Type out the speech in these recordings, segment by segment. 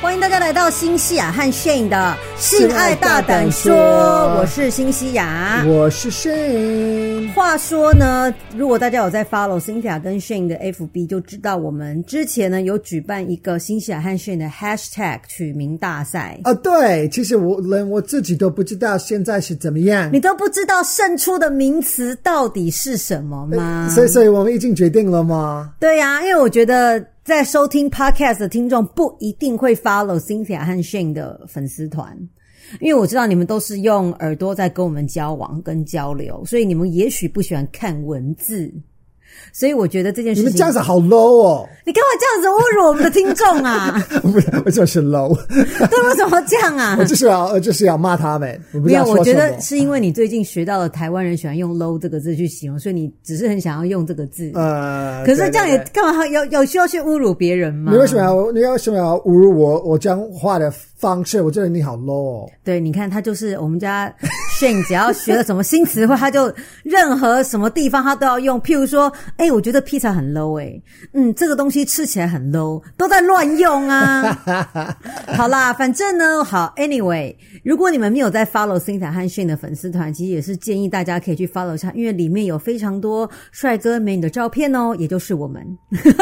欢迎大家来到新西亚和 Shane 的性爱大胆说，我是新西亚， 我是 Shane。 话说呢，如果大家有在 follow Cynthia 跟 Shane 的 FB 就知道我们之前呢有举办一个新西亚和 Shane 的 hashtag 取名大赛对，其实我自己都不知道现在是怎么样。 你都不知道胜出的名词到底是什么吗？ 所以我们已经决定了吗？ 对啊，因为我觉得在收听 podcast 的听众不一定会 follow Cynthia 和 Shane 的粉丝团，因为我知道你们都是用耳朵在跟我们交往跟交流，所以你们也许不喜欢看文字，所以我觉得这件事情， 你们这样子好 low 哦！ 你干嘛这样子侮辱我们的听众啊？ 不是，我就是 low。 对，为什么这样啊？ 我就是要骂他们。 没有，我觉得是因为你最近学到了台湾人喜欢用 low 这个字去形容，所以你只是很想要用这个字。可是这样也干嘛有需要去侮辱别人吗？ 你为什么要侮辱我讲话的方式？我觉得你好 low 哦。 对，你看他就是我们家 Shane 只要学了什么新词汇，他就任何什么地方他都要用。譬如说，我觉得披萨很 low 这个东西吃起来很 low， 都在乱用啊。好啦，反正呢，好 anyway， 如果你们没有在 follow Cynthia 和 Shane 的粉丝团，其实也是建议大家可以去 follow 一下，因为里面有非常多帅哥美女的照片哦，也就是我们。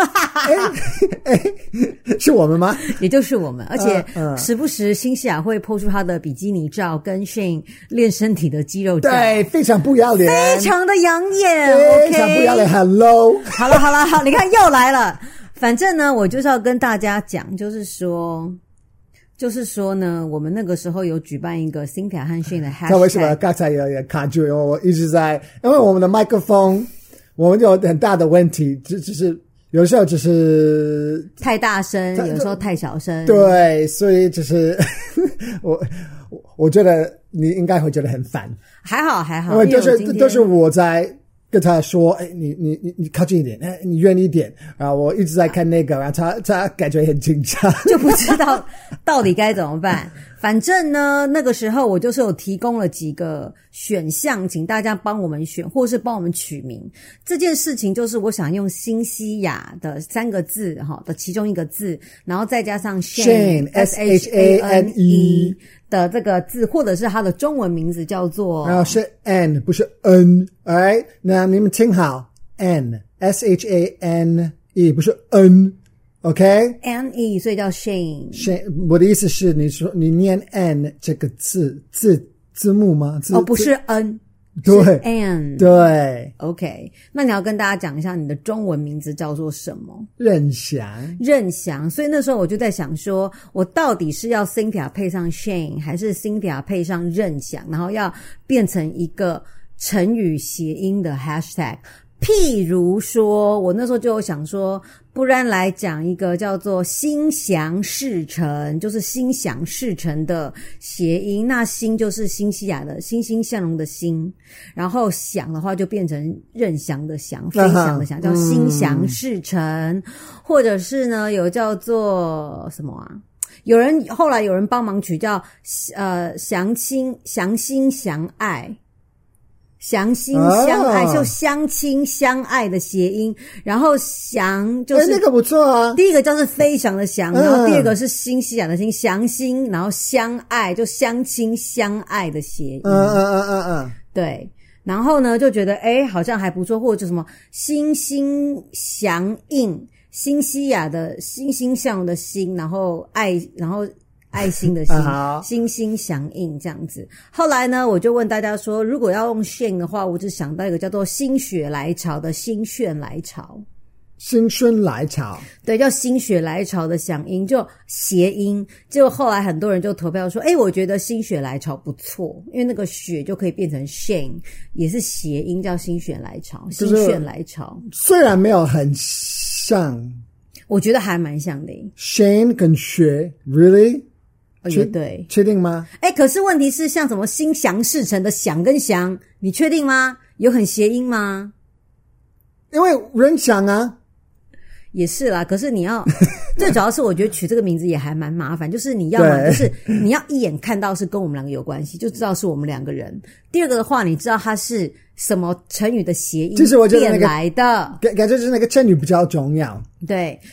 是我们吗？ 也就是我们，而且时不时新西亚会 po 出他的比基尼照跟 Shane 练身体的肌肉照， 对，非常不要脸， 非常的养眼， 非常不要脸，很 low。 好了，你看又来了。反正呢，我就是要跟大家讲，就是说呢，我们那个时候有举办一个 Cynthia 和 Shane 的 hashtag。 那为什么刚才也卡住？因为我一直在，因为我们的麦克风，我们有很大的问题，只是有时候就是太大声，有时候太小声。 对，所以就是我觉得你应该会觉得很烦。 还好， 因为都是我在跟他说，你靠近一点，你远一点，然后我一直在看那个，然后他感觉很紧张， 就不知道到底该怎么办。反正呢，那个时候我就是有提供了几个选项，请大家帮我们选，或是帮我们取名。这件事情就是我想用新西亚的3个字的其中一个字，然后再加上 Shane S-H-A-N-E 的这个字，或者是它的中文名字叫做， 然后是 N 不是 N， alright， 那你们听好 N S-H-A-N-E 不是 N。OK， N-E 所以叫 Shane。 我的意思是，你说你念 N 这个字幕吗？ 不是 N， 对， 是 N， 对。 OK， 那你要跟大家讲一下你的中文名字叫做什么？ 任翔。 所以那时候我就在想说，我到底是要 Cynthia 配上 Shane， 还是 Cynthia 配上任翔，然后要变成一个成语谐音的 hashtag。譬如说，我那时候就有想说，不然来讲一个叫做心想事成，就是心想事成的谐音。那心就是新西亚的欣欣向荣的欣，然后想的话就变成任翔的翔，飞翔的翔，叫心想事成。或者是呢，有叫做什么啊？后来有人帮忙取叫详心详爱。详心相爱，就相亲相爱的谐音，然后翔就是那个不错啊。 第一个叫是飞翔的翔，然后第二个是新西亚的新，详心，然后相爱就相亲相爱的谐音。对，然后呢就觉得好像还不错，或者什么欣欣相印，新西亚的欣欣向荣的欣，然后爱心的心，欣欣响应这样子。后来呢，我就问大家说，如果要用 Shane 的话，我就想到一个叫做心血来潮的心血来潮。 新春来潮， 对，叫心血来潮的响应，就谐音。结果后来很多人就投票说，我觉得心血来潮不错，因为那个血就可以变成 Shane， 也是谐音，叫心血来潮，心血来潮。 虽然没有很像， 我觉得还蛮像的。 Shane 跟血 ，really？ 也对， 确定吗？ 可是问题是，像什么心想事成的想跟翔，你确定吗？有很谐音吗？ 因为人想啊。 也是啦，可是你要最主要是我觉得取这个名字也还蛮麻烦，就是你要嘛就是你要一眼看到是跟我们两个有关系，就知道是我们两个人。第二个的话，你知道它是什么成语的谐音变来的， 感觉就是那个成语比较重要。 对。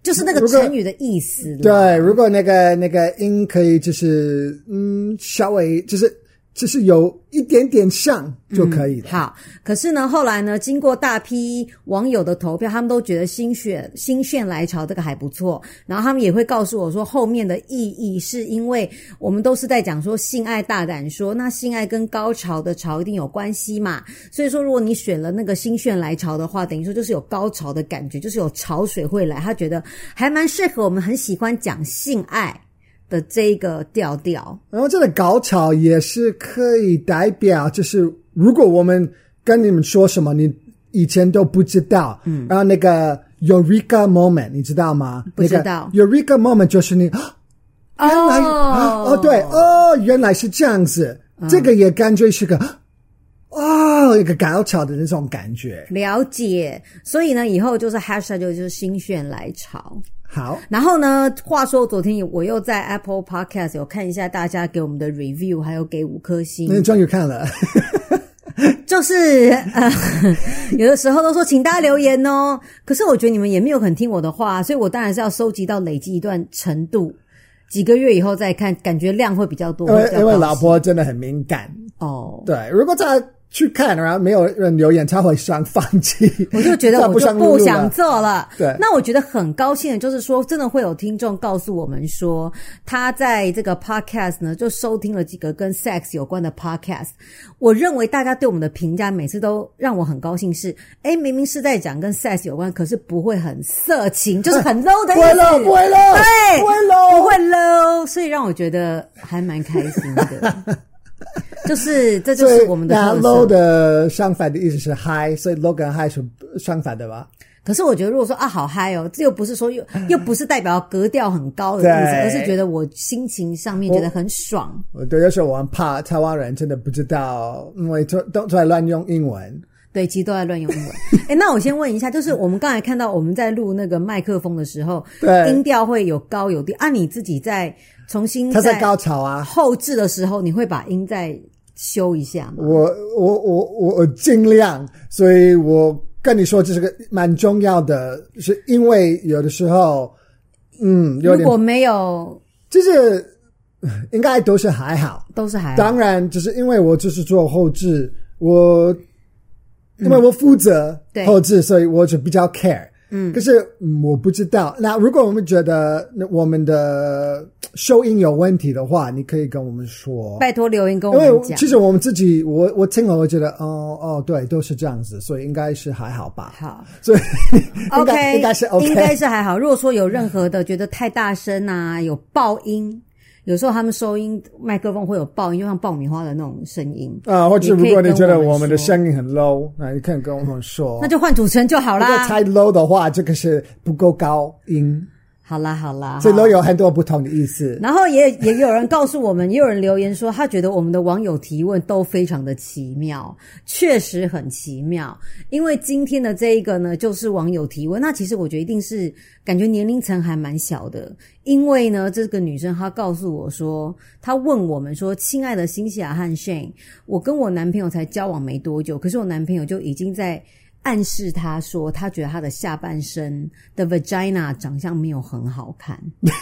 就是那个成语的意思啦。 对，如果那个音可以就是稍微就是有一点点像就可以了。 好，可是呢，后来呢，经过大批网友的投票，他们都觉得心血来潮这个还不错，然后他们也会告诉我说，后面的意义是因为我们都是在讲说性爱大胆说，那性爱跟高潮的潮一定有关系嘛，所以说如果你选了那个心血来潮的话，等于说就是有高潮的感觉，就是有潮水会来，他觉得还蛮适合我们很喜欢讲性爱的这个调调。 然后这个高潮也是可以代表，就是如果我们跟你们说什么你以前都不知道，然后那个 Eureka moment 你知道吗？ 不知道。 那个 Eureka moment 就是你原来对原来是这样子，这个也感觉是个一个高潮的那种感觉。 了解，所以呢，以后就是 hashtag 就是心血来潮。 好， 然后呢，话说昨天我又在 Apple Podcast 有看一下大家给我们的 review， 还有给5颗星。 你终于看了。 就是有的时候都说请大家留言哦，可是我觉得你们也没有很听我的话，所以我当然是要收集到累积一段程度，几个月以后再看，感觉量会比较多。 因为老婆真的很敏感哦。 对，如果再去看，然后没有人留言，他会想放弃。 我就觉得我就不想做了。 对， 那我觉得很高兴的就是说，真的会有听众告诉我们说，他在这个 podcast 呢，就收听了几个跟 sex 有关的 podcast。我认为大家对我们的评价每次都让我很高兴是，明明是在讲跟 sex 有关，可是不会很色情，就是很 low 的意思。 不会 low， 对， 不会 low， 不会 low， 所以让我觉得还蛮开心的。就是这就是我们的特色。 low 的相反的意思是 high， 所以 low 跟 high 是相反的吧？ 可是我觉得如果说好嗨哦，这又不是说又不是代表格调很高的意思，而是觉得我心情上面觉得很爽。 对，有时候我很怕台湾人真的不知道，因为都在乱用英文。 对，其实都在乱用英文。那我先问一下，就是我们刚才看到我们在录那个麦克风的时候， 对， 音调会有高有低啊，你自己在重新他在高潮啊， 后置的时候，你会把音再修一下吗？ 我尽量，所以我跟你说这是个蛮重要的，是因为有的时候有点， 如果没有就是应该都是还好， 都是还好。 当然就是因为我就是做后置，因为我负责后置，所以我就比较 care。可是我不知道。那如果我们觉得我们的收音有问题的话，你可以跟我们说， 拜托留言跟我们讲。 因为其实我们自己，我听了，我觉得对，都是这样子，所以应该是还好吧。 好， 所以 OK， 应该是 OK， 应该是还好。如果说有任何的觉得太大声啊，有爆音。有时候他们收音麦克风会有爆音，就像爆米花的那种声音或者如果你觉得我们的声音很 low， 那你可以跟我们说， 那就换主持人就好啦。 如果太 low 的话，这个是不够高音。 好啦， 所以 low 有很多不同的意思。 然后也有人告诉我们，也有人留言说，他觉得我们的网友提问都非常的奇妙，确实很奇妙。因为今天的这一个呢，就是网友提问，那其实我觉得一定是感觉年龄层还蛮小的，因为呢，这个女生她告诉我说，她问我们说，亲爱的辛西亚和 Shane， 我跟我男朋友才交往没多久，可是我男朋友就已经在暗示他说，他觉得他的下半身的 vagina 长相没有很好看。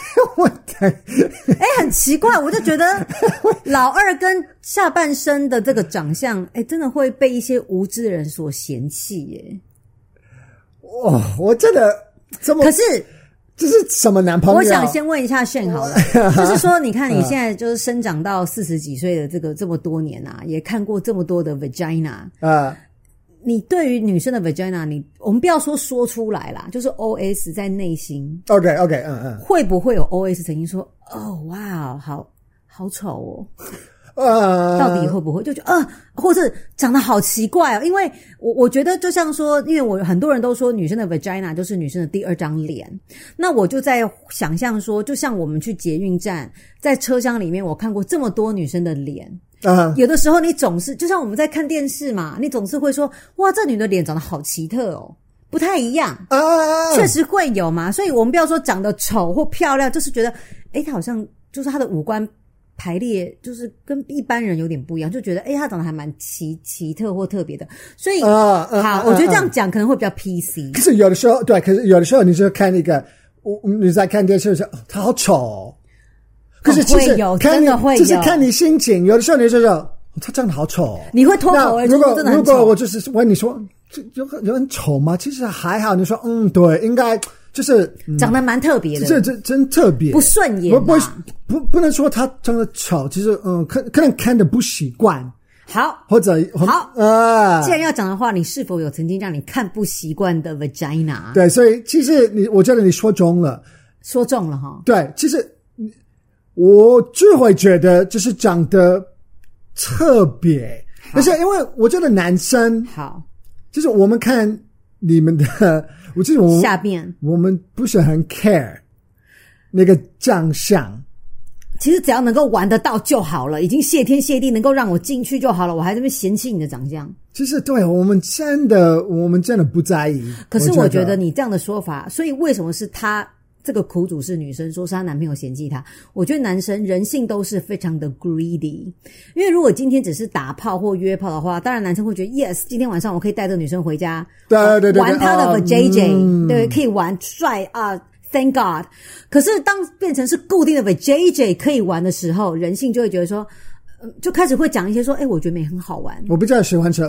很奇怪，我就觉得老二跟下半身的这个长相，真的会被一些无知的人所嫌弃耶。 我真的这么， 可是这是什么男朋友？ 我想先问一下Shane好了，就是说，你看你现在就是生长到40几岁的这么多年啊，也看过这么多的 vagina 你对于女生的 vagina， 我们不要说出来啦，就是 OS 在内心。 OK， 会不会有 OS 曾经说，哇，好丑哦？到底会不会就觉得或者长得好奇怪哦？因为我觉得就像说，因为很多人都说女生的 vagina 就是女生的第2张脸，那我就在想象说，就像我们去捷运站，在车厢里面，我看过这么多女生的脸。有的时候你总是就像我们在看电视嘛，你总是会说，哇，这女的脸长得好奇特哦，不太一样。确实会有嘛，所以我们不要说长得丑或漂亮，就是觉得她好像就是她的五官排列就是跟一般人有点不一样，就觉得她长得还蛮奇特或特别的。所以好，我觉得这样讲可能会比较 PC。 可是有的时候对，可是有的时候你就看那个你在看电视的时候，他好丑哦。可是其实看你，就是看你心情。有的时候你就说他长得好丑哦， 你会脱口而出真的很丑。 如果我就是问你说有很丑吗？其实还好。你说对，应该就是长得蛮特别的， 这真特别， 不顺眼。 不能说他长得丑，其实可能看得不习惯。 好， 或者好既然要讲的话，你是否有曾经让你看不习惯的 vagina？ 对，所以其实我觉得你说中了哈。对，其实我就会觉得就是长得特别，而且因为我觉得男生好， 就是我们看你们的，我下面我们不是很 care 那个长相。 其实只要能够玩得到就好了，已经谢天谢地能够让我进去就好了，我还在那边嫌弃你的长相。 其实对我们真的不在意。 可是我觉得你这样的说法，所以为什么是他这个苦主是女生说是她男朋友嫌弃她？我觉得男生人性都是非常的 greedy， 因为如果今天只是打炮或约炮的话，当然男生会觉得 yes， 今天晚上我可以带着女生回家， 对， 玩他的 JJ，对，可以玩帅啊。Thank God！ 可是当变成是固定的 JJ 可以玩的时候，人性就会觉得说，就开始会讲一些说，我觉得没很好玩。 我比较喜欢吃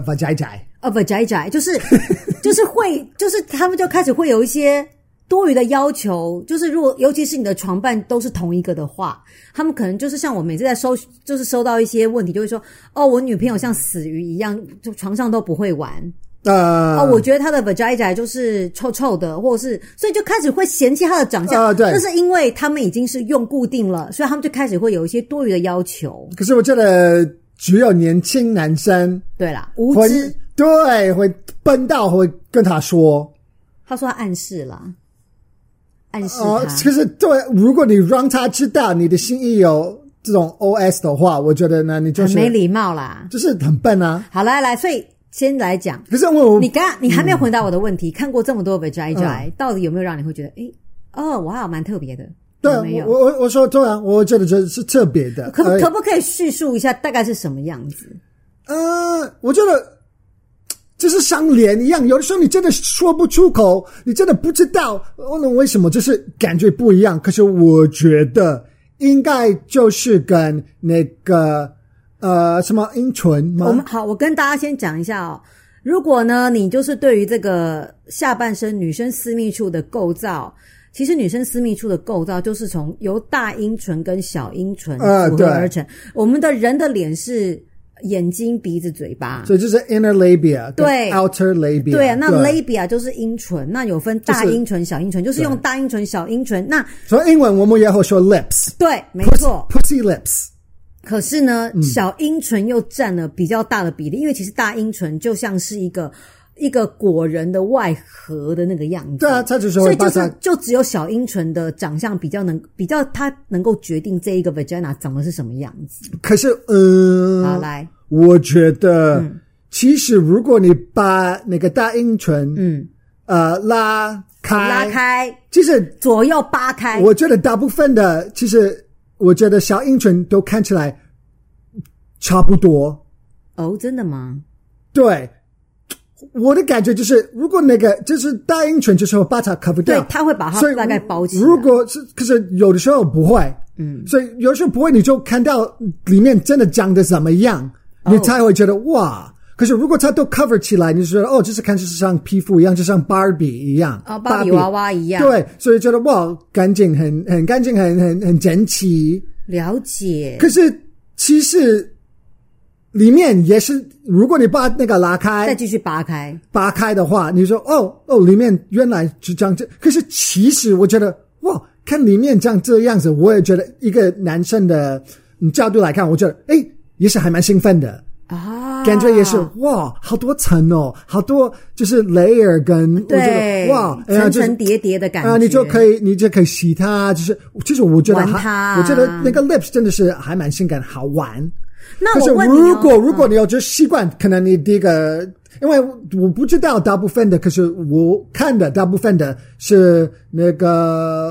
vajai， 就是他们就开始会有一些多余的要求，就是如果尤其是你的床伴都是同一个的话，他们可能就是像我每次在收到一些问题，就会说，我女朋友像死鱼一样，就床上都不会玩。我觉得他的 vagina 就是臭臭的，或者是所以就开始会嫌弃他的长相。 对， 那是因为他们已经是用固定了，所以他们就开始会有一些多余的要求。 可是我觉得只有年轻男生， 对啦，无知， 对，会笨到会跟他说。 他说他暗示啦，暗示他。 可是对，如果你让他知道你的心意有这种 OS 的话，我觉得呢，你就是很没礼貌啦， 就是很笨啊。 好，来，所以。先来讲， 可是你还没有回答我的问题。看过这么多 vagina，到底有没有让你会觉得，哇，蛮特别的？ 对， 没有。 我说对啊，我觉得这是特别的。 可不可以叙述一下大概是什么样子？ 我觉得就是像脸一样，有的时候你真的说不出口，你真的不知道为什么，就是感觉不一样。可是我觉得应该就是跟那个。什么阴唇吗？ 我跟大家先讲一下哦。如果呢，你就是对于这个下半身女生私密处的构造，其实女生私密处的构造就是由大阴唇跟小阴唇组合而成。我们的人的脸是眼睛、鼻子、嘴巴， 所以就是 inner labia 对 outer labia。 对啊，那 labia 就是阴唇，那有分大阴唇、小阴唇，就是用大阴唇、小阴唇。那所以英文我们也会说 lips， 对，没错 ，pussy lips。 可是呢，小阴唇又占了比较大的比例，因为其实大阴唇就像是一个果仁的外核的那个样子。 对啊，它就是所以就只有小阴唇的长相比较它能够决定这一个 vagina 长得是什么样子。 可是好来， 我觉得其实如果你把那个大阴唇拉开，其实左右扒开， 我觉得大部分的其实。我觉得小阴唇都看起来差不多。 真的吗？ 对，我的感觉就是，如果那个就是大阴唇，就是会把它 cover 掉， 对，它会把它大概包起来。 如果是，可是有的时候不会，所以有的时候不会，你就看到里面真的长得怎么样，你才会觉得哇。可是如果它都 cover 起来，你就觉得就是看就是像皮肤一样，就像 Barbie 一样芭比娃娃一样。 对，所以觉得哇，干净，很干净，很整齐。 了解。 可是其实里面也是，如果你把那个拉开， 再继续扒开的话，你说里面原来是这样子。可是其实我觉得哇，看里面这样子，我也觉得一个男生的角度来看，我觉得也是还蛮兴奋的。感觉也是哇，好多层哦，好多就是 layer 跟对哇，层层叠叠的感觉你就可以洗它，就是我觉得我觉得那个 lips 真的是还蛮性感，好玩。 那可是如果你有这习惯，可能你第一个，因为我不知道大部分的，可是我看的大部分的是那个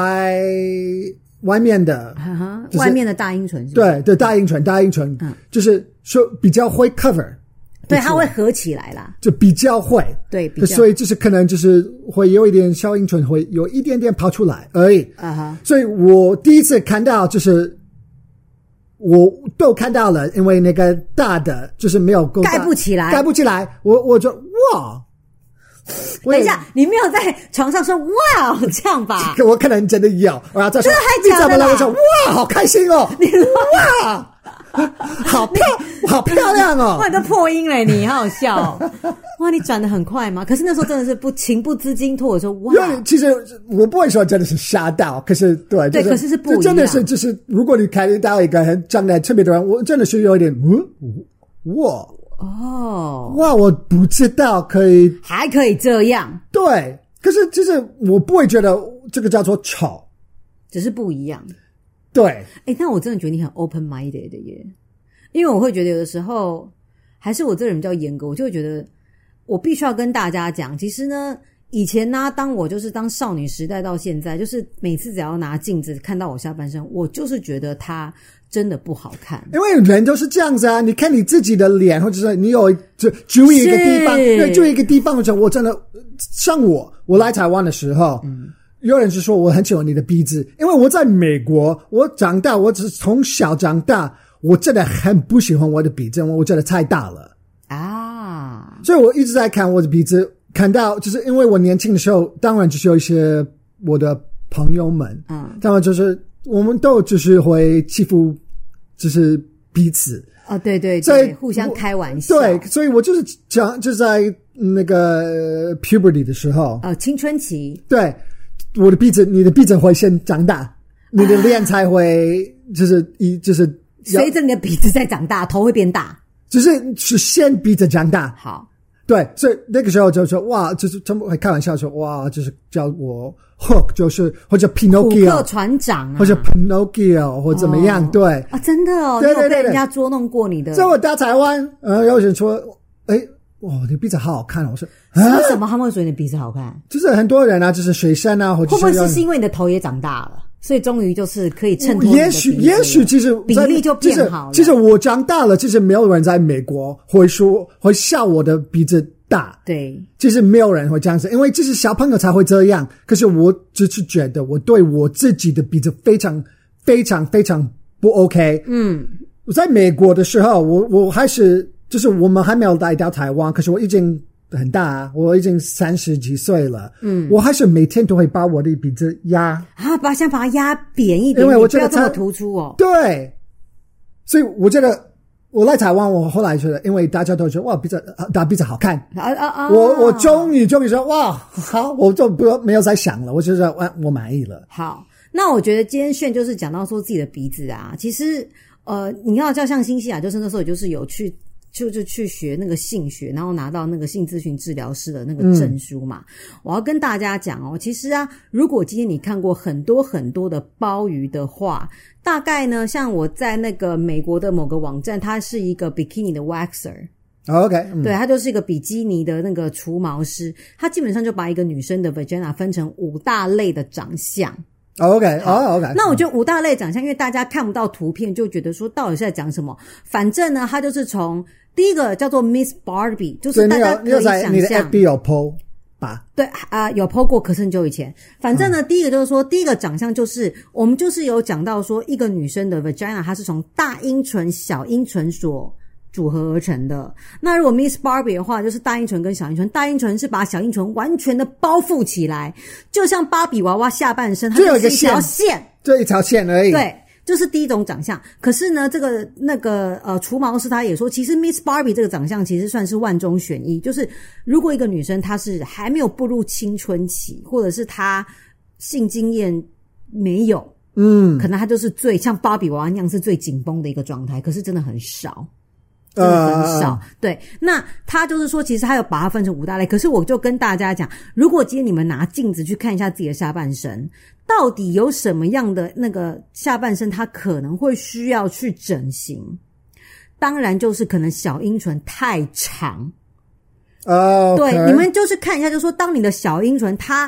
外面的， 外面的大阴唇是对，大阴唇，就是说比较会 cover， 对，它会合起来啦， 就比较会， 对，比较， 所以就是可能就是会有一点小阴唇会有一点点跑出来而已。所以我第一次看到就是我都看到了，因为那个大的就是没有够大， 盖不起来， 我就哇。 等一下，你没有在床上说哇这样吧？ 我可能真的有，然后再说你怎么了？ 我说哇，好开心哦！你哇，好漂亮哦！ 哇，你都破音了，你好好笑哦！哇，你转得很快吗？可是那时候真的是情不自禁脱，我说哇。 其实我不会说真的是吓到，可是对， 对，可是不一样， 真的是就是如果你看到一个很长得特别的人，我真的是有一点哇。哇！我不知道还可以这样。 对，可是其实我不会觉得这个叫做丑， 只是不一样。 对， 那我真的觉得你很 open minded 的耶，因为我会觉得有的时候还是我这人比较严格，我就会觉得我必须要跟大家讲，其实呢，以前呢，当少女时代到现在，就是每次只要拿镜子看到我下半身，我就是觉得它真的不好看， 因为人都是这样子啊！你看你自己的脸，或者是你有注意一个地方，对，注意一个地方的时候，我真的像我来台湾的时候，有人是说我很喜欢你的鼻子，因为我在美国，我长大，我只是从小长大，我真的很不喜欢我的鼻子，我觉得太大了啊，所以我一直在看我的鼻子，看到就是因为我年轻的时候，当然就是有一些我的朋友们，当然就是我们都就是会欺负，就是彼此。 对对对，互相开玩笑。 对，所以我就是讲，就在那个 puberty 的时候， 青春期。 对，我的鼻子，你的鼻子会先长大，你的脸才会就是随着你的鼻子在长大，头会变大。 是先鼻子长大。 好。 对，所以那个时候就说哇，就是他们会开玩笑说哇，就是叫我 Hook， 就是或者 Pinocchio 虎克船长或者 Pinocchio 或怎么样，对真的哦， 对对对， 你有被人家捉弄过你的。 所以我到台湾，有人说，哇，你鼻子好好看哦，我说为什么他们会说你的鼻子好看？ 就是很多人啊，就是水山啊，或者会不会是因为你的头也长大了？所以终于就是可以衬托你的鼻子， 也许其实比例就变好了。 其实我长大了，其实没有人在美国会笑我的鼻子大。 对， 其实没有人会这样子，因为这是小朋友才会这样。可是我只是觉得我对我自己的鼻子非常非常非常不 OK。我在美国的时候，我还是就是我们还没有来到台湾，可是我已经很大啊，我已经30几岁了。我还是每天都会把我的鼻子压想把它压扁一点， 因为我觉得不要这么突出哦。 对，所以我觉得我来台湾，我后来觉得，因为大家都觉得哇，大鼻子好看我终于说哇，好，我就没有再想了，我就说我满意了。 好，那我觉得今天炫就是讲到说自己的鼻子啊，其实你要像新西亚，就是那时候就是有去。就去学那个性学，然后拿到那个性咨询治疗师的那个证书嘛。我要跟大家讲哦，其实啊，如果今天你看过很多很多的鲍鱼的话，大概呢，像我在那个美国的某个网站，它是一个 bikini 的 waxer。OK， 对，他就是一个比基尼的那个除毛师，他基本上就把一个女生的 vagina 分成5大类的长相。 OK， 那我觉得5大类长相，因为大家看不到图片，就觉得说到底是在讲什么。反正呢，他就是从第一个叫做 Miss Barbie， 就是大家可以想象。 你的 FB 有 po 吧？ 对有 po 过，可是很久以前。反正呢，第一个就是说，第一个长相就是我们就是有讲到说，一个女生的 vagina 它是从大阴唇、小阴唇所组合而成的。那如果 Miss Barbie 的话，就是大阴唇跟小阴唇，大阴唇是把小阴唇完全的包覆起来，就像芭比娃娃下半身，它就是一条线， 就一条线而已。 对。就是第一种长相，可是呢，这个除毛师他也说，其实 Miss Barbie 这个长相其实算是万中选一，就是如果一个女生她是还没有步入青春期，或者是她性经验没有，可能她就是最像芭比娃娃那样是最紧绷的一个状态，可是真的很少。真的很少，对。那他就是说，其实他有把它分成5大类。可是我就跟大家讲，如果今天你们拿镜子去看一下自己的下半身，到底有什么样的那个下半身，他可能会需要去整形。当然就是可能小阴唇太长。对，你们就是看一下，就是说，当你的小阴唇它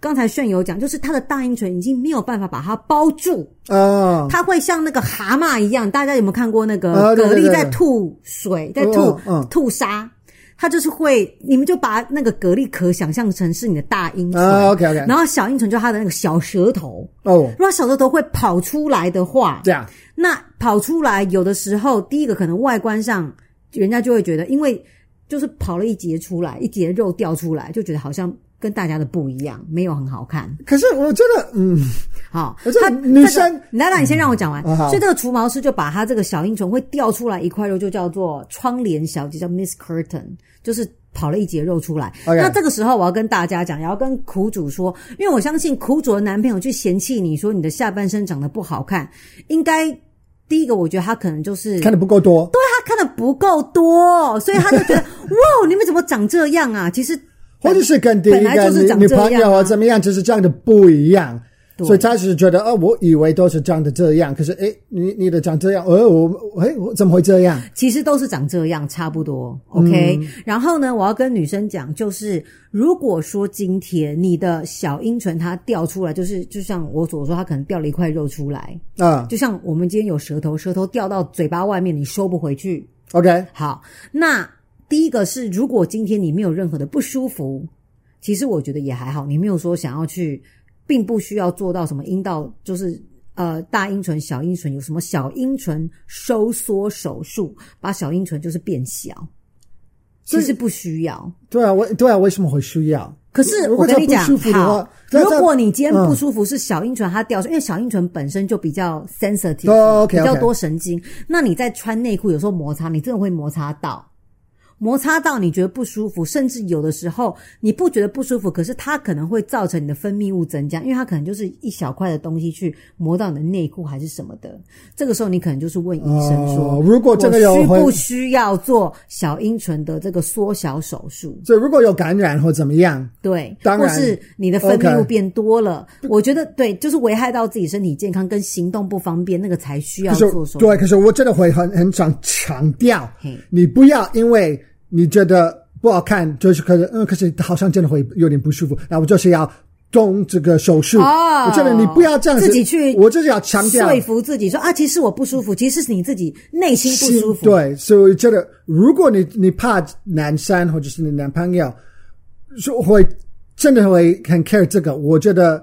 刚才炫有讲，就是它的大阴唇已经没有办法把它包住它会像那个蛤蟆一样。大家有没有看过那个蛤蜊在吐水，在吐沙？它就是会，你们就把那个蛤蜊壳想象成是你的大阴唇 ，OK， 然后小阴唇就它的那个小舌头如果小舌头会跑出来的话， 这样， 那跑出来有的时候，第一个可能外观上，人家就会觉得，因为就是跑了一节出来，一节肉掉出来，就觉得好像跟大家的不一样，没有很好看。 可是我觉得， 好， 他女生， 那你先让我讲完。所以这个除毛师就把他这个小阴唇会掉出来一块肉，就叫做窗帘小姐，叫 Miss Curtain， 就是跑了一节肉出来。那这个时候我要跟大家讲，也要跟苦主说，因为我相信苦主的男朋友去嫌弃你说你的下半身长得不好看，应该第一个我觉得他可能就是看得不够多， 对，他看得不够多，所以他就觉得哇，你们怎么长这样啊？其实或者是跟第一个女朋友或怎么样，就是这样的不一样。所以他是觉得我以为都是长得这样，可是你的长这样，我怎么会这样？ 其实都是长这样，差不多 ，OK。然后呢，我要跟女生讲，就是如果说今天你的小阴唇它掉出来，就像我所说，它可能掉了一块肉出来就像我们今天有舌头掉到嘴巴外面，你收不回去 ，OK。 好，那第一个是，如果今天你没有任何的不舒服，其实我觉得也还好，你没有说想要去。并不需要做到什么阴道，就是大阴唇、小阴唇有什么小阴唇收缩手术，把小阴唇就是变小，其实不需要。 对啊，为什么会需要？ 可是我跟你讲，好，如果你今天不舒服是小阴唇它掉出，因为小阴唇本身就比较 sensitive，比较多神经，那你在穿内裤有时候摩擦，你真的会摩擦到你觉得不舒服，甚至有的时候你不觉得不舒服，可是它可能会造成你的分泌物增加，因为它可能就是一小块的东西去磨到你的内裤还是什么的。这个时候你可能就是问医生说， 如果这个有需不需要做小阴唇的这个缩小手术？ 所以如果有感染或怎么样， 对， 当然， 或是你的分泌物变多了，我觉得对，就是危害到自己身体健康跟行动不方便，那个才需要做手术。 对，可是我真的会很想强调，你不要因为你觉得不好看，就是可是好像真的会有点不舒服，那我就是要动这个手术。我觉得你不要这样子自己去， 我就是要强调说服自己说其实我不舒服，其实是你自己内心不舒服。 对，所以我觉得如果你怕男生或者是你男朋友说会真的会很 care 这个，我觉得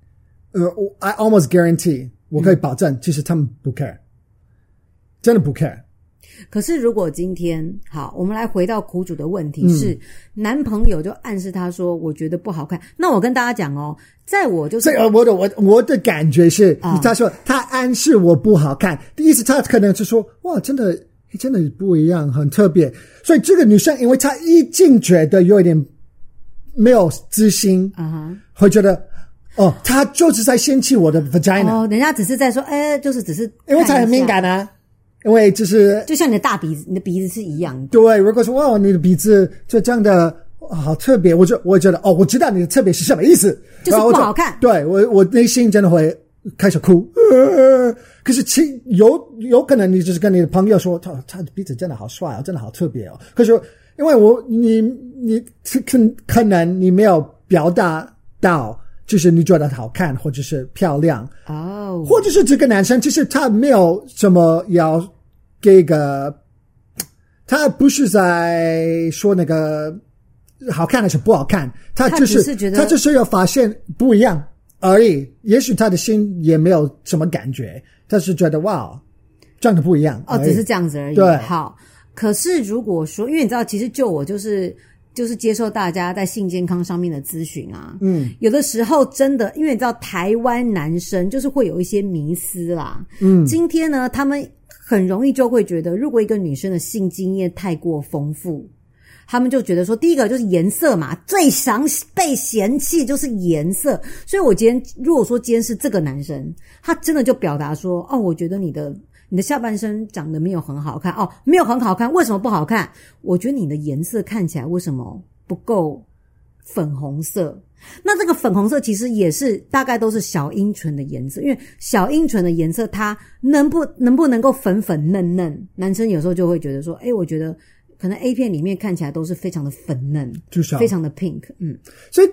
I almost guarantee 我可以保证，其实他们不 care， 真的不 care。 可是如果今天好，我们来回到苦主的问题是，男朋友就暗示他说我觉得不好看，那我跟大家讲在我就是我的感觉是他说他暗示我不好看，第一次他可能是说哇真的不一样，很特别，所以这个女生因为她已经觉得有一点没有自信会觉得她就是在嫌弃我的 vagina 人家只是在说就是只是因为她很敏感因为就像你的大鼻子，你的鼻子是一样的。 对，如果说哇，你的鼻子就这样的好特别，我觉得我知道你的特别是什么意思， 就是不好看。 对，我内心真的会开始哭。可是有可能你就是跟你的朋友说，他的鼻子真的好帅真的好特别可是因为你可能你没有表达到。就是你觉得好看或者是漂亮或者是这个男生其实他没有什么要给个，他不是在说那个好看还是不好看，他就是要发现不一样而已，也许他的心也没有什么感觉，他是觉得哇这样的不一样只是这样子而已。 对， 好，可是如果说因为你知道其实就我就是接受大家在性健康上面的咨询有的时候真的，因为你知道台湾男生就是会有一些迷思啦，今天呢，他们很容易就会觉得，如果一个女生的性经验太过丰富，他们就觉得说，第一个就是颜色嘛，最常被嫌弃就是颜色，所以我如果说今天是这个男生，他真的就表达说，我觉得你的下半身长得没有很好看没有很好看，为什么不好看？我觉得你的颜色看起来为什么不够粉红色？那这个粉红色其实也是大概都是小阴唇的颜色，因为小阴唇的颜色它能不能够粉粉嫩嫩，男生有时候就会觉得说我觉得可能 A 片里面看起来都是非常的粉嫩，非常的 pink。 所以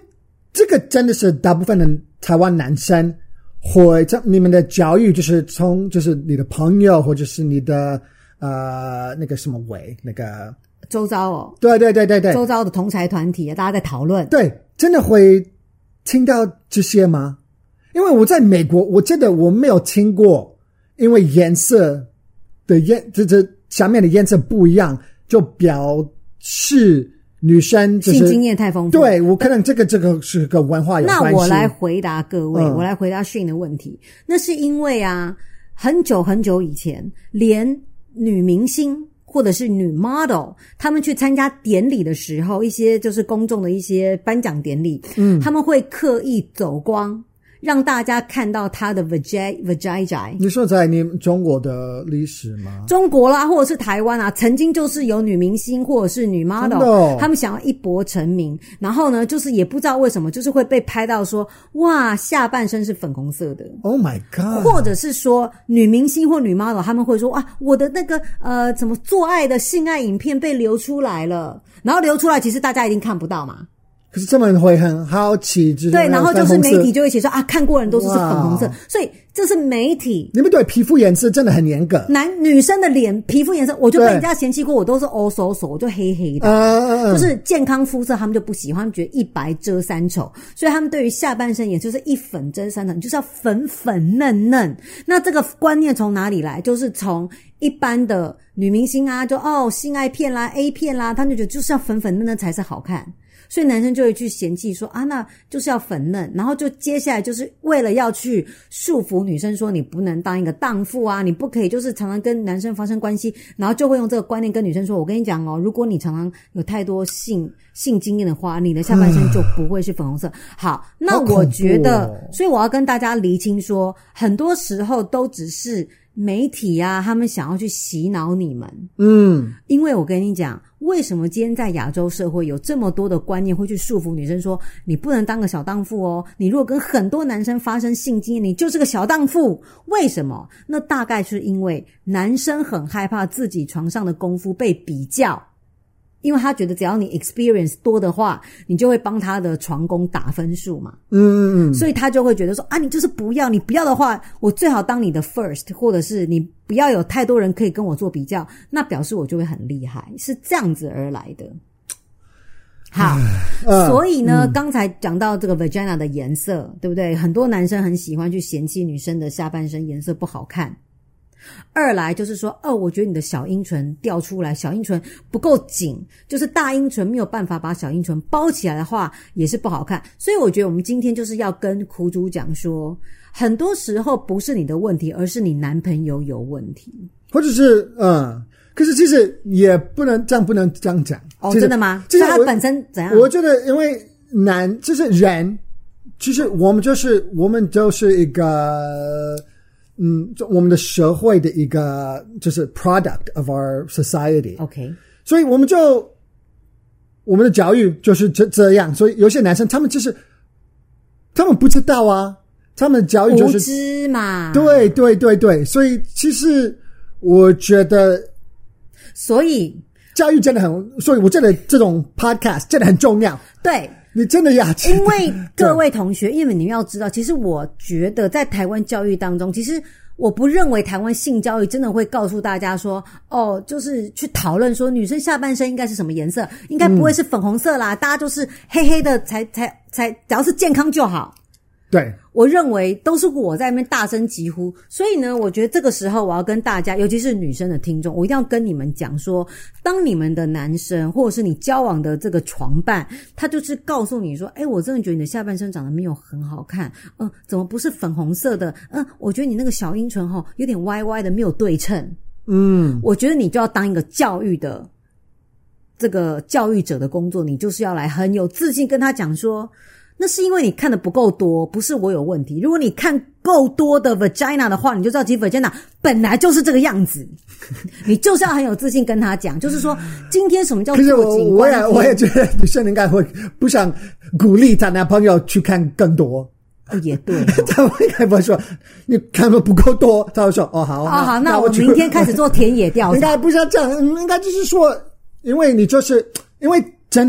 这个真的是大部分的台湾男生会你们的教育就是从就是你的朋友或者是你的那个什么那个周遭对， 周遭的同侪团体大家在讨论， 对，真的会听到这些吗？因为我在美国，我真的我没有听过，因为颜色的这下面的颜色不一样，就表示女生就是性经验太丰富。 对，我可能这个是个文化有关系。 那我来回答各位，我来回答Shane的问题。那是因为很久很久以前，连女明星或者是女 model 他们去参加典礼的时候，一些就是公众的一些颁奖典礼，他们会刻意走光，让大家看到他的 vagina。 你说在你中国的历史吗？ 中国啦，或者是台湾曾经就是有女明星或者是女 model，他们想要一搏成名，然后呢就是也不知道为什么就是会被拍到说哇下半身是粉红色的 Oh my god， 或者是说女明星或女 model 他们会说我的那个怎么做爱的性爱影片被流出来了，然后流出来其实大家一定看不到嘛， 可是这么会很好奇， 对，然后就是媒体就会写说看过人都是粉红色，所以这是媒体。 你们对皮肤颜色真的很严格。 女生的脸皮肤颜色，我就被人家嫌弃过，我都是手，我就黑黑的，就是健康肤色他们就不喜欢，他们觉得一白遮三丑，所以他们对于下半身也就是一粉遮三丑，你就是要粉粉嫩嫩。那这个观念从哪里来？就是从一般的女明星就性爱片啦 A 片啦，他们就觉得就是要粉粉嫩嫩才是好看，所以男生就会去嫌弃说那就是要粉嫩，然后就接下来就是为了要去束缚女生说你不能当一个荡妇你不可以就是常常跟男生发生关系，然后就会用这个观念跟女生说，我跟你讲如果你常常有太多性经验的话，你的下半身就不会是粉红色。好，那我觉得所以我要跟大家厘清说，很多时候都只是媒体他们想要去洗脑你们。因为我跟你讲，为什么今天在亚洲社会有这么多的观念会去束缚女生说你不能当个小荡妇你如果跟很多男生发生性经验，你就是个小荡妇。为什么？那大概是因为男生很害怕自己床上的功夫被比较，因为他觉得只要你 experience 多的话，你就会帮他的床功打分数嘛。所以他就会觉得说你就是不要，你不要的话，我最好当你的 first， 或者是你不要有太多人可以跟我做比较，那表示我就会很厉害，是这样子而来的。好，所以呢刚才讲到这个 vagina 的颜色，对不对？很多男生很喜欢去嫌弃女生的下半身颜色不好看。二来就是说我觉得你的小阴唇掉出来，小阴唇不够紧，就是大阴唇没有办法把小阴唇包起来的话也是不好看。所以我觉得我们今天就是要跟苦主讲说，很多时候不是你的问题，而是你男朋友有问题， 或者是可是其实也不能这样讲真的吗？就是他本身怎样？ 我觉得因为就是人，其实我们就是一个我们的社会的一个就是 product of our society。 OK， 所以我们的教育就是这样，所以有些男生他们不知道他们的教育就是无知嘛。 对，所以其实我觉得所以教育真的很，所以我觉得这种 podcast 真的很重要。 对， 你真的要因为各位同学，因为你们要知道，其实我觉得在台湾教育当中，其实我不认为台湾性教育真的会告诉大家说就是去讨论说女生下半身应该是什么颜色，应该不会是粉红色啦，大家就是黑黑的才只要是健康就好。 对， 我认为都是我在那边大声疾呼。所以呢，我觉得这个时候我要跟大家，尤其是女生的听众，我一定要跟你们讲说，当你们的男生或者是你交往的这个床伴，他就是告诉你说我真的觉得你的下半身长得没有很好看，怎么不是粉红色的，我觉得你那个小阴唇有点歪歪的，没有对称。我觉得你就要当一个教育的这个教育者的工作，你就是要来很有自信跟他讲说，那是因为你看的不够多，不是我有问题。如果你看够多的 vagina 的话，你就知道其实 vagina 本来就是这个样子。你就是要很有自信跟他讲，就是说今天什么叫做景观。 可是我也觉得女生应该会不想鼓励她男朋友去看更多。 也对， 他们应该不会说你看的不够多，他会说好， 那我明天开始做田野调查。 应该不是这样，应该就是说，因为你就是因为真的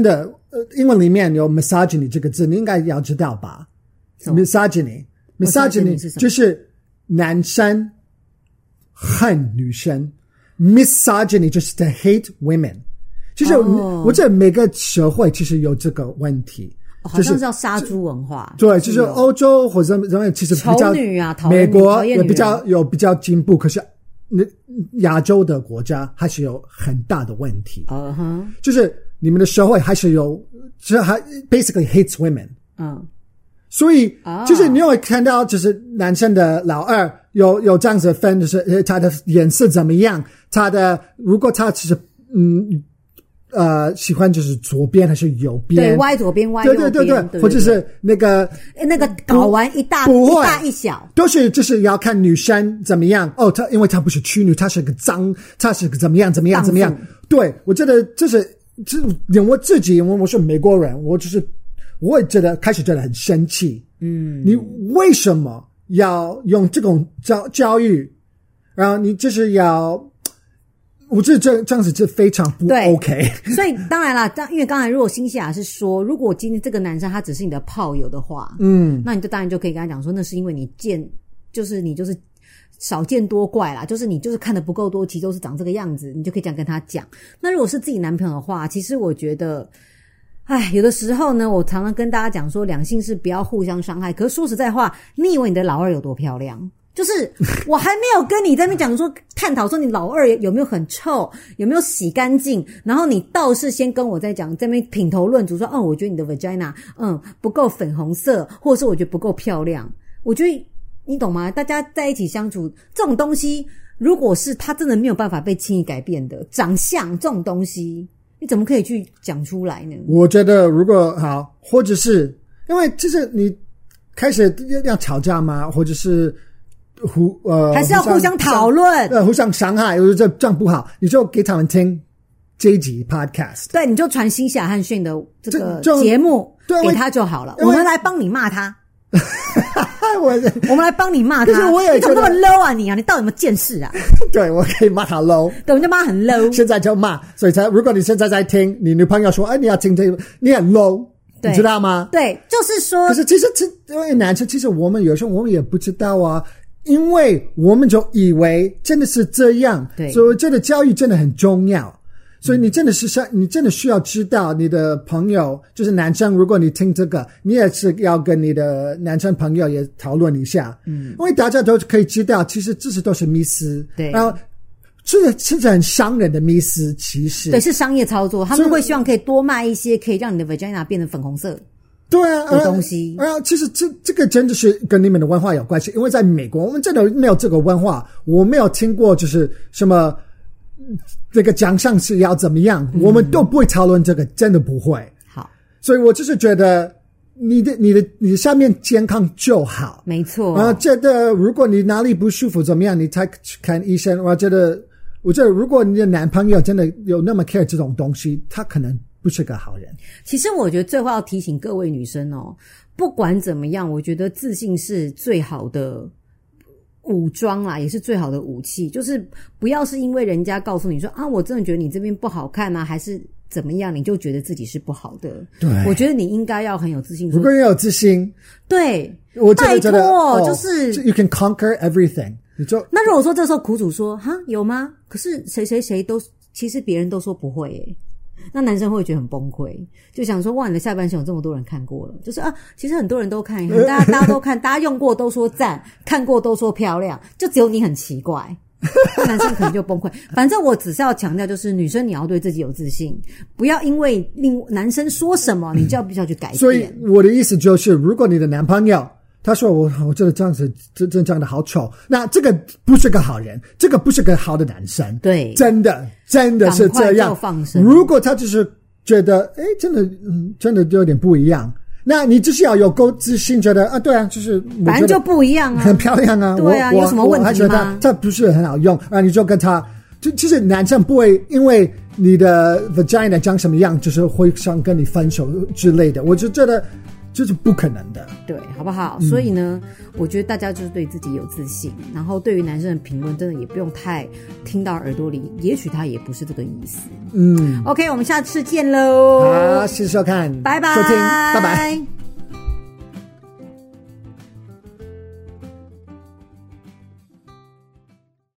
英文里面有 misogyny 这个字，你应该要知道吧？ misogyny 就是男生恨女生 ，misogyny 就是 to hate women。其实我觉得每个社会其实有这个问题。 好像是要杀猪文化， 对，就是欧洲或者什么，其实比较丑女啊， 美国也比较进步，可是亚洲的国家还是有很大的问题。就是你们的社会还是有，就是还 basically hates women。所以就是你会看到，就是男生的老二有这样子分，就是他的颜色怎么样，如果他其实喜欢就是左边还是右边？ 对，歪左边，歪右边， 对，或者是那个搞完一大一小， 都是就是要看女生怎么样哦。因为她不是处女，她是个她是个怎么样。对，我觉得这我自己，因为我是美国人，我也开始觉得很生气。你为什么要用这种教育？然后你就是要。我觉得这样子就非常不 OK。 所以当然啦，因为刚才如果新西亚是说，如果今天这个男生他只是你的炮友的话，那你就当然就可以跟他讲说，那是因为你就是少见多怪啦，就是你就是看得不够多，其实都是长这个样子，你就可以这样跟他讲。那如果是自己男朋友的话，其实我觉得，有的时候呢，我常常跟大家讲说，两性是不要互相伤害。可是说实在话，你以为你的老二有多漂亮？就是我还没有跟你在那边讲说探讨说你老二有没有很臭，有没有洗干净，然后你倒是先跟我在讲在那边品头论足说我觉得你的 vagina 不够粉红色，或者是我觉得不够漂亮。我觉得你懂吗？大家在一起相处这种东西，如果是他真的没有办法被轻易改变的长相这种东西，你怎么可以去讲出来呢？ 我觉得如果好，或者是因为就是你开始要吵架吗？或者是还是要互相讨论， 互相伤害，我觉得这样不好。你就给他们听这一集 podcast， 对，你就传新西亚和逊的这个节目给他就好了。我们来帮你骂他，我们来帮你骂他。可是我也你怎么那么 low 啊你到底有没有见识啊？ 对，我可以骂他 low， 对，我们就骂他很 low， 现在就骂。所以如果你现在在听，你女朋友说你要听这个，你很 low。你知道吗？ 对，就是说， 可是其实因为男生，其实我们有时候我们也不知道啊。因为我们就以为真的是这样， 对， 所以这个教育真的很重要。所以你真的需要知道你的朋友，就是男生，如果你听这个，你也是要跟你的男生朋友也讨论一下，因为大家都可以知道，其实这些都是迷思， 对， 然后是很伤人的迷思，其实对，是商业操作，他们会希望可以多卖一些可以让你的 vagina 变成粉红色。 对啊， 的东西其实这个真的是跟你们的文化有关系，因为在美国我们真的没有这个文化，我没有听过就是什么这个奖项是要怎么样，我们都不会讨论这个，真的不会。 好， 所以我就是觉得你的下面健康就好， 没错。 然后觉得如果你哪里不舒服怎么样，你才去看医生。我觉得如果你的男朋友真的有那么 care 这种东西，他可能不是个好人。 其实我觉得最后要提醒各位女生不管怎么样，我觉得自信是最好的武装啦，也是最好的武器。就是不要是因为人家告诉你说我真的觉得你这边不好看啊，还是怎么样，你就觉得自己是不好的。 对， 我觉得你应该要很有自信。 如果要有自信， 对， 我真的觉得拜托就是 you can conquer everything。 那如果说这时候苦主说有吗？可是谁都其实别人都说不会耶。那男生会觉得很崩溃，就想说你的下半身有这么多人看过了，就是其实很多人都看，大家都看，大家用过都说赞，看过都说漂亮，就只有你很奇怪。那男生可能就崩溃。反正我只是要强调，就是女生你要对自己有自信，不要因为男生说什么你就必须要去改变。 所以我的意思就是，如果你的男朋友他说我觉得这样子真的好丑，那这个不是个好人，这个不是个好的男生。 对， 真的是这样。 放生。 如果他就是觉得真的有点不一样，那你就是要有够自信，觉得对啊，就是反正就不一样啊， 很漂亮啊。 对啊，有什么问题吗？ 我还觉得他不是很好用你就跟他其实男生不会因为你的 vagina 长什么样就是会想跟你分手之类的。我就觉得就是不可能的， 对，好不好？所以呢，我觉得大家就是对自己有自信，然后对于男生的评论，真的也不用太听到耳朵里，也许他也不是这个意思。OK， 我们下次见喽。 好，谢谢收看， 拜拜， 收听，拜拜。